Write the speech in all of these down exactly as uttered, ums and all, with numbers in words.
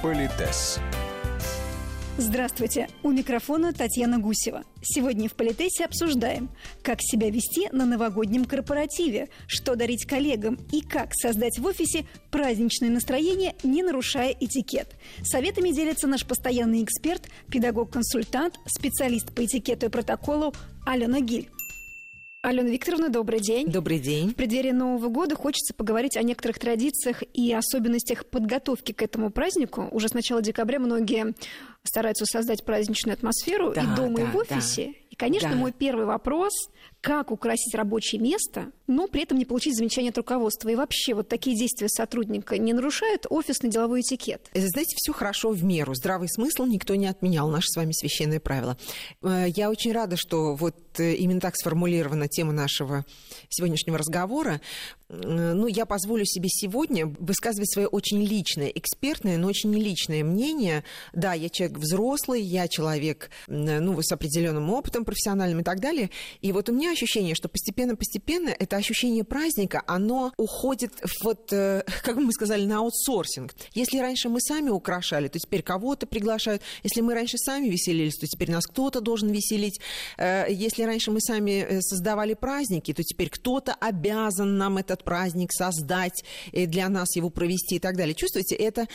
Политес. Здравствуйте! У микрофона Татьяна Гусева. Сегодня в Политесе обсуждаем, как себя вести на новогоднем корпоративе, что дарить коллегам и как создать в офисе праздничное настроение, не нарушая этикет. Советами делится наш постоянный эксперт, педагог-консультант, специалист по этикету и протоколу Алена Гиль. Алена Викторовна, добрый день. Добрый день. В преддверии Нового года хочется поговорить о некоторых традициях и особенностях подготовки к этому празднику. Уже с начала декабря многие стараются создать праздничную атмосферу да, и дома, да, и в офисе. Да. И, конечно, да. мой первый вопрос – как украсить рабочее место, но при этом не получить замечания от руководства? И вообще, вот такие действия сотрудника не нарушают офисный деловой этикет? Знаете, все хорошо в меру. Здравый смысл никто не отменял. Наше с вами священное правило. Я очень рада, что вот именно так сформулирована тема нашего сегодняшнего разговора. Ну, я позволю себе сегодня высказывать свое очень личное, экспертное, но очень неличное мнение. Да, я человек взрослый, я человек, ну, с определенным опытом профессиональным и так далее. И вот у меня ощущение, что постепенно-постепенно это ощущение праздника, оно уходит вот, как бы мы сказали, на аутсорсинг. Если раньше мы сами украшали, то теперь кого-то приглашают. Если мы раньше сами веселились, то теперь нас кто-то должен веселить. Если раньше мы сами создавали праздники, то теперь кто-то обязан нам этот праздник создать, для нас его провести и так далее. Чувствуете, это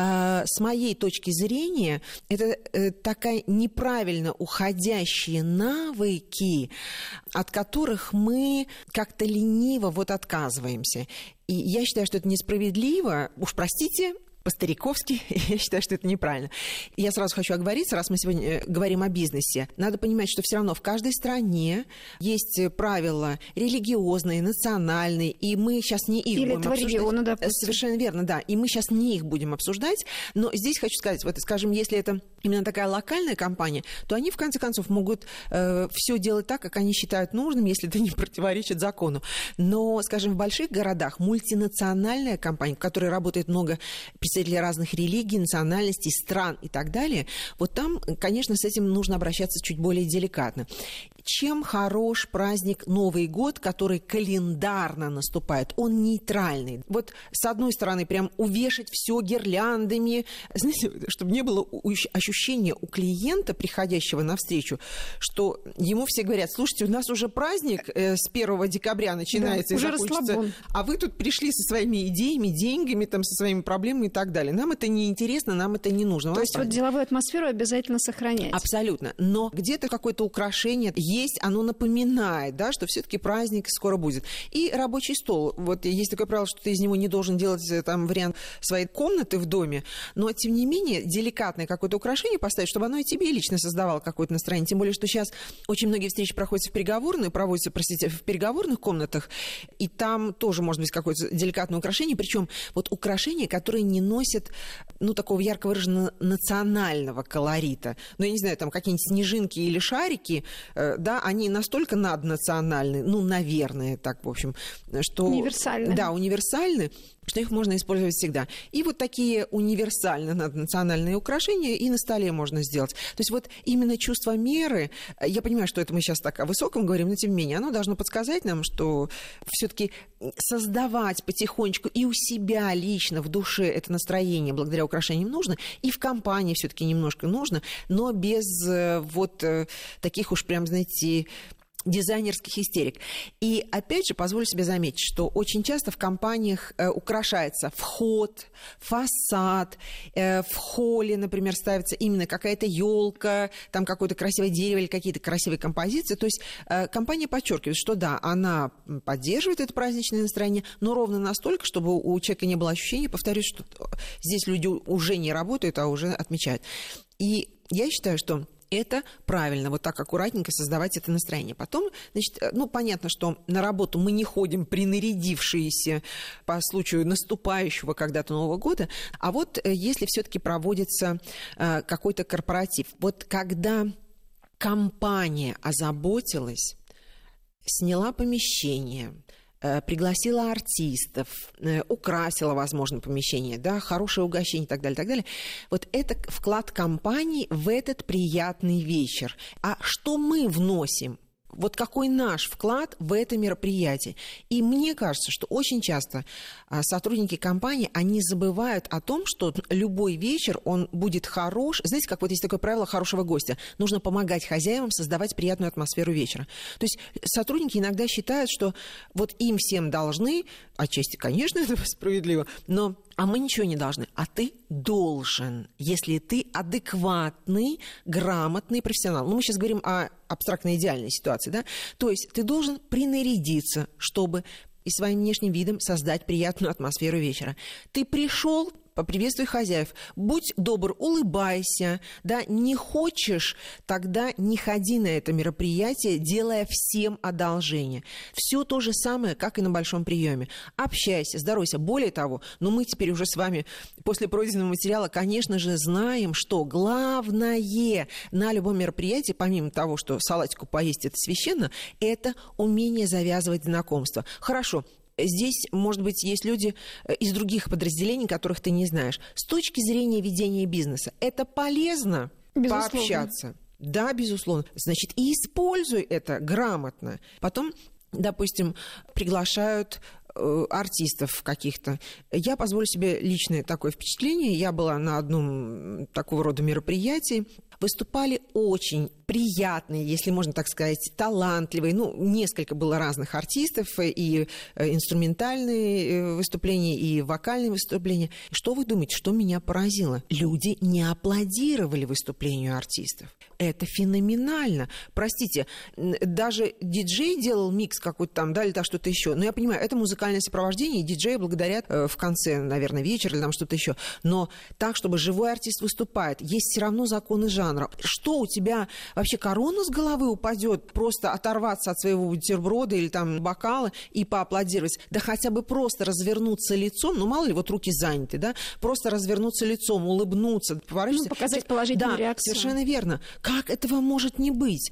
с моей точки зрения, это такая неправильно уходящие навыки, от которых мы как-то лениво вот отказываемся. И я считаю, что это несправедливо. Уж простите, по-стариковски, я считаю, что это неправильно. И я сразу хочу оговориться, раз мы сегодня говорим о бизнесе. Надо понимать, что все равно в каждой стране есть правила религиозные, национальные, и мы сейчас не их Или будем обсуждать. Региона, допустим. Совершенно верно, да. И мы сейчас не их будем обсуждать. Но здесь хочу сказать, вот, скажем, если это именно такая локальная компания, то они, в конце концов, могут э, все делать так, как они считают нужным, если это не противоречит закону. Но, скажем, в больших городах мультинациональная компания, в которой работает много представителей разных религий, национальностей, стран и так далее, вот там, конечно, с этим нужно обращаться чуть более деликатно. Чем хорош праздник Новый год, который календарно наступает? Он нейтральный. Вот с одной стороны, прям увешать все гирляндами, знаете, чтобы не было ощущения у клиента, приходящего навстречу, что ему все говорят: слушайте, у нас уже праздник с первого декабря начинается, да, и уже закончится, расслабон. А вы тут пришли со своими идеями, деньгами, там, со своими проблемами и так далее. Нам это не интересно, нам это не нужно. То есть вот деловую атмосферу обязательно сохранять. Абсолютно. Но где-то какое-то украшение есть, оно напоминает, да, что все-таки праздник скоро будет. И рабочий стол. Вот есть такое правило, что ты из него не должен делать там вариант своей комнаты в доме, но тем не менее деликатное какое-то украшение поставить, чтобы оно и тебе лично создавало какое-то настроение. Тем более, что сейчас очень многие встречи проходят в переговорной, проводятся, простите, в переговорных комнатах, и там тоже может быть какое-то деликатное украшение, причем вот украшение, которое не носит, ну, такого ярко выраженного национального колорита. Ну, я не знаю, там какие-нибудь снежинки или шарики, э, да, они настолько наднациональны, ну, наверное, так, в общем, что... Универсальны. Да, универсальны, что их можно использовать всегда. И вот такие универсальные наднациональные украшения и на столе можно сделать. То есть вот именно чувство меры, я понимаю, что это мы сейчас так о высоком говорим, но тем не менее, оно должно подсказать нам, что все-таки создавать потихонечку и у себя лично в душе это настроение благодаря украшениям нужно, и в компании все-таки немножко нужно, но без вот таких уж прям, знаете, дизайнерских истерик. И опять же позволю себе заметить, что очень часто в компаниях э, украшается вход, фасад, э, в холле, например, ставится именно какая-то елка, там какое-то красивое дерево или какие-то красивые композиции. То есть э, компания подчеркивает, что да, она поддерживает это праздничное настроение, но ровно настолько, чтобы у человека не было ощущения, повторюсь, что здесь люди уже не работают, а уже отмечают. И я считаю, что это правильно, вот так аккуратненько создавать это настроение. Потом, значит, ну, понятно, что на работу мы не ходим принарядившиеся по случаю наступающего когда-то Нового года, а вот если все-таки проводится какой-то корпоратив, вот когда компания озаботилась, сняла помещение, пригласила артистов, украсила, возможно, помещение, да, хорошее угощение и так далее, так далее. Вот это вклад компании в этот приятный вечер. А что мы вносим Вот какой наш вклад в это мероприятие. И мне кажется, что очень часто сотрудники компании, они забывают о том, что любой вечер, он будет хорош. Знаете, как вот есть такое правило хорошего гостя. Нужно помогать хозяевам создавать приятную атмосферу вечера. То есть сотрудники иногда считают, что вот им всем должны, отчасти, конечно, это справедливо, но а мы ничего не должны. А ты должен, если ты адекватный, грамотный профессионал. Ну, мы сейчас говорим о абстрактной идеальной ситуации, да? То есть ты должен принарядиться, чтобы и своим внешним видом создать приятную атмосферу вечера. Ты пришел, поприветствуй хозяев, будь добр, улыбайся, да, не хочешь, тогда не ходи на это мероприятие, делая всем одолжение. Все то же самое, как и на большом приеме. Общайся, здоровайся. Более того, ну мы теперь уже с вами после пройденного материала, конечно же, знаем, что главное на любом мероприятии, помимо того, что салатику поесть это священно, это умение завязывать знакомства. Хорошо. Здесь, может быть, есть люди из других подразделений, которых ты не знаешь. С точки зрения ведения бизнеса, это полезно безусловно. Пообщаться? Да, безусловно. Значит, и используй это грамотно. Потом, допустим, приглашают артистов каких-то. Я позволю себе личное такое впечатление. Я была на одном такого рода мероприятии. Выступали очень приятные, если можно так сказать, талантливые. Ну, несколько было разных артистов, и инструментальные выступления, и вокальные выступления. Что вы думаете, что меня поразило? Люди не аплодировали выступлению артистов. Это феноменально. Простите, даже диджей делал микс какой-то там, да, или так что-то еще. Но я понимаю, это музыкальное сопровождение, и диджея благодарят в конце, наверное, вечера или там что-то еще. Но так, чтобы живой артист выступает, есть все равно законы жанра. Что у тебя вообще корона с головы упадет, просто оторваться от своего бутерброда или там бокала и поаплодировать? Да хотя бы просто развернуться лицом, ну мало ли, вот руки заняты, да, просто развернуться лицом, улыбнуться, поворачиваться. Ну, показать положительную да, реакцию. Совершенно верно. Как этого может не быть?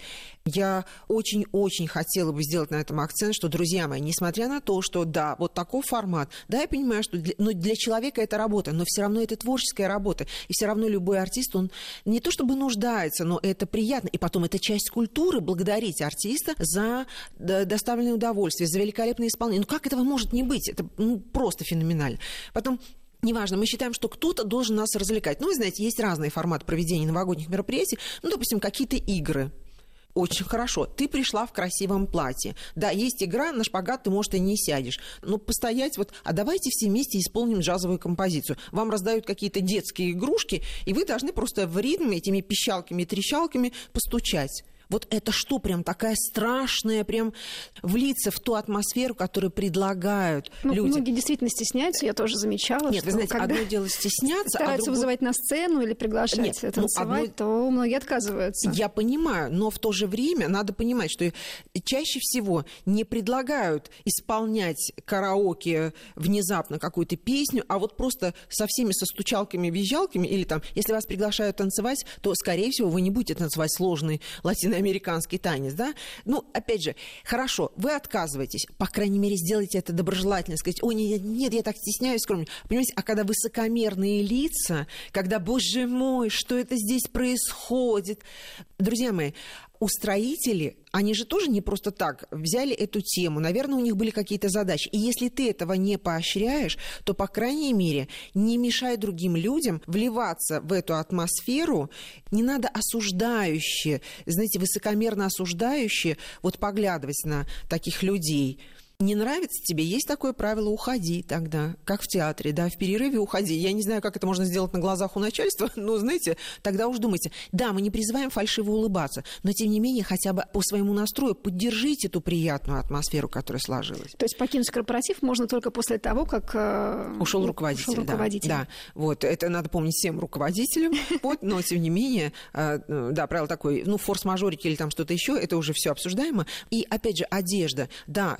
Я очень-очень хотела бы сделать на этом акцент, что, друзья мои, несмотря на то, что, да, вот такой формат, да, я понимаю, что для, ну, для человека это работа, но все равно это творческая работа, и все равно любой артист, он не то чтобы нуждается, но это приятно, и потом это часть культуры, благодарить артиста за доставленное удовольствие, за великолепное исполнение. Ну, как этого может не быть? Это ну, просто феноменально. Потом... Неважно, мы считаем, что кто-то должен нас развлекать. Ну, вы знаете, есть разные форматы проведения новогодних мероприятий. Ну, допустим, какие-то игры. Очень хорошо. Ты пришла в красивом платье. Да, есть игра, на шпагат ты, может, и не сядешь. Но постоять вот, а давайте все вместе исполним джазовую композицию. Вам раздают какие-то детские игрушки, и вы должны просто в ритм этими пищалками и трещалками постучать. Вот это что, прям такая страшная, прям влиться в ту атмосферу, которую предлагают ну, люди. Многие действительно стесняются, я тоже замечала. Нет, вы знаете, одно дело стесняться, стараются а другое... вызывать на сцену или приглашать Нет, танцевать, ну, одно... то многие отказываются. Я понимаю, но в то же время надо понимать, что чаще всего не предлагают исполнять караоке внезапно какую-то песню, а вот просто со всеми со стучалками, визжалками, или там, если вас приглашают танцевать, то, скорее всего, вы не будете танцевать сложный латиноамериканский американский танец, да? Ну, опять же, хорошо, вы отказываетесь, по крайней мере, сделайте это доброжелательно, сказать, ой, нет, нет, я так стесняюсь, скромно. Понимаете, а когда высокомерные лица, когда, боже мой, что это здесь происходит? Друзья мои, устроители, они же тоже не просто так взяли эту тему. Наверное, у них были какие-то задачи. И если ты этого не поощряешь, то, по крайней мере, не мешай другим людям вливаться в эту атмосферу. Не надо осуждающе, знаете, высокомерно осуждающе вот поглядывать на таких людей. Не нравится тебе, есть такое правило, уходи тогда, как в театре, да, в перерыве уходи. Я не знаю, как это можно сделать на глазах у начальства, но, знаете, тогда уж думайте, да, мы не призываем фальшиво улыбаться, но, тем не менее, хотя бы по своему настрою поддержите ту приятную атмосферу, которая сложилась. То есть покинуть корпоратив можно только после того, как э... ушел руководитель. Ушел руководитель. Да, да, вот, это надо помнить всем руководителям, вот, но, тем не менее, да, правило такое, ну, форс-мажорики или там что-то еще, это уже все обсуждаемо. И, опять же, одежда, да, кто-то успел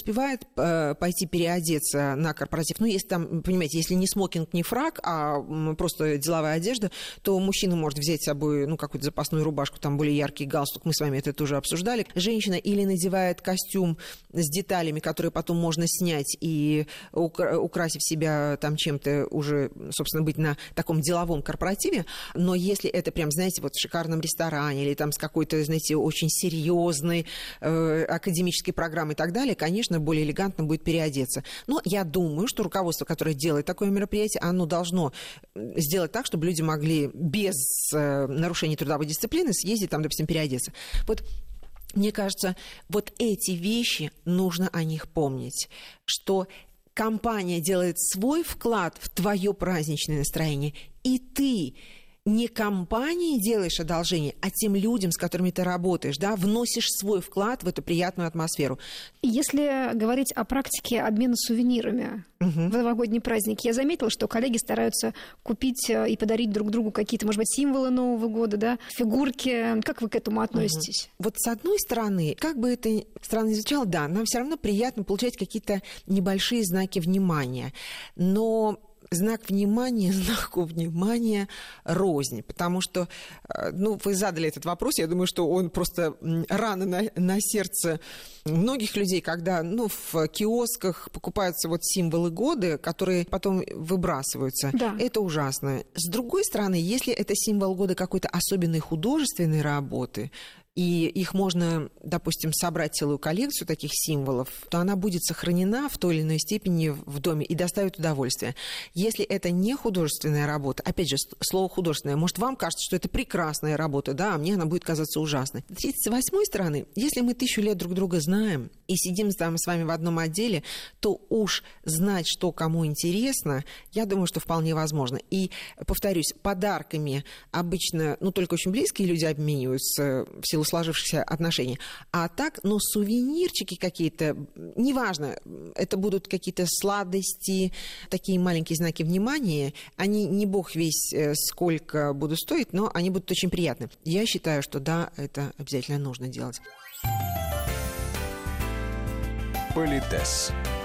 успевает э, пойти переодеться на корпоратив, ну, если там, понимаете, если не смокинг, не фрак, а просто деловая одежда, то мужчина может взять с собой, ну, какую-то запасную рубашку, там более яркий галстук, мы с вами это тоже обсуждали. Женщина или надевает костюм с деталями, которые потом можно снять и укра- украсив себя там чем-то уже, собственно, быть на таком деловом корпоративе, но если это прям, знаете, вот в шикарном ресторане или там с какой-то, знаете, очень серьезной э, академической программой и так далее, конечно, более элегантно будет переодеться. Но я думаю, что руководство, которое делает такое мероприятие, оно должно сделать так, чтобы люди могли без э, нарушения трудовой дисциплины съездить там, допустим, переодеться. Вот мне кажется, вот эти вещи, нужно о них помнить, что компания делает свой вклад в твое праздничное настроение, и ты не компании делаешь одолжение, а тем людям, с которыми ты работаешь, да, вносишь свой вклад в эту приятную атмосферу. Если говорить о практике обмена сувенирами угу. в новогодний праздник, я заметила, что коллеги стараются купить и подарить друг другу какие-то, может быть, символы Нового года, да, фигурки. Как вы к этому относитесь? Угу. Вот с одной стороны, как бы это странно ни звучало, да, нам все равно приятно получать какие-то небольшие знаки внимания, но знак внимания, знаку внимания рознь, потому что, ну, вы задали этот вопрос, я думаю, что он просто рана на, на сердце многих людей, когда, ну, в киосках покупаются вот символы года, которые потом выбрасываются. Да. Это ужасно. С другой стороны, если это символ года какой-то особенной художественной работы, и их можно, допустим, собрать целую коллекцию таких символов, то она будет сохранена в той или иной степени в доме и доставит удовольствие. Если это не художественная работа, опять же, слово художественное, может, вам кажется, что это прекрасная работа, да, а мне она будет казаться ужасной. С тридцать восьмой стороны, если мы тысячу лет друг друга знаем и сидим там с вами в одном отделе, то уж знать, что кому интересно, я думаю, что вполне возможно. И, повторюсь, подарками обычно, ну, только очень близкие люди обмениваются в силу сложившихся отношений. А так, ну, сувенирчики какие-то, неважно, это будут какие-то сладости, такие маленькие знаки внимания, они не бог весь сколько будут стоить, но они будут очень приятны. Я считаю, что да, это обязательно нужно делать. Политес.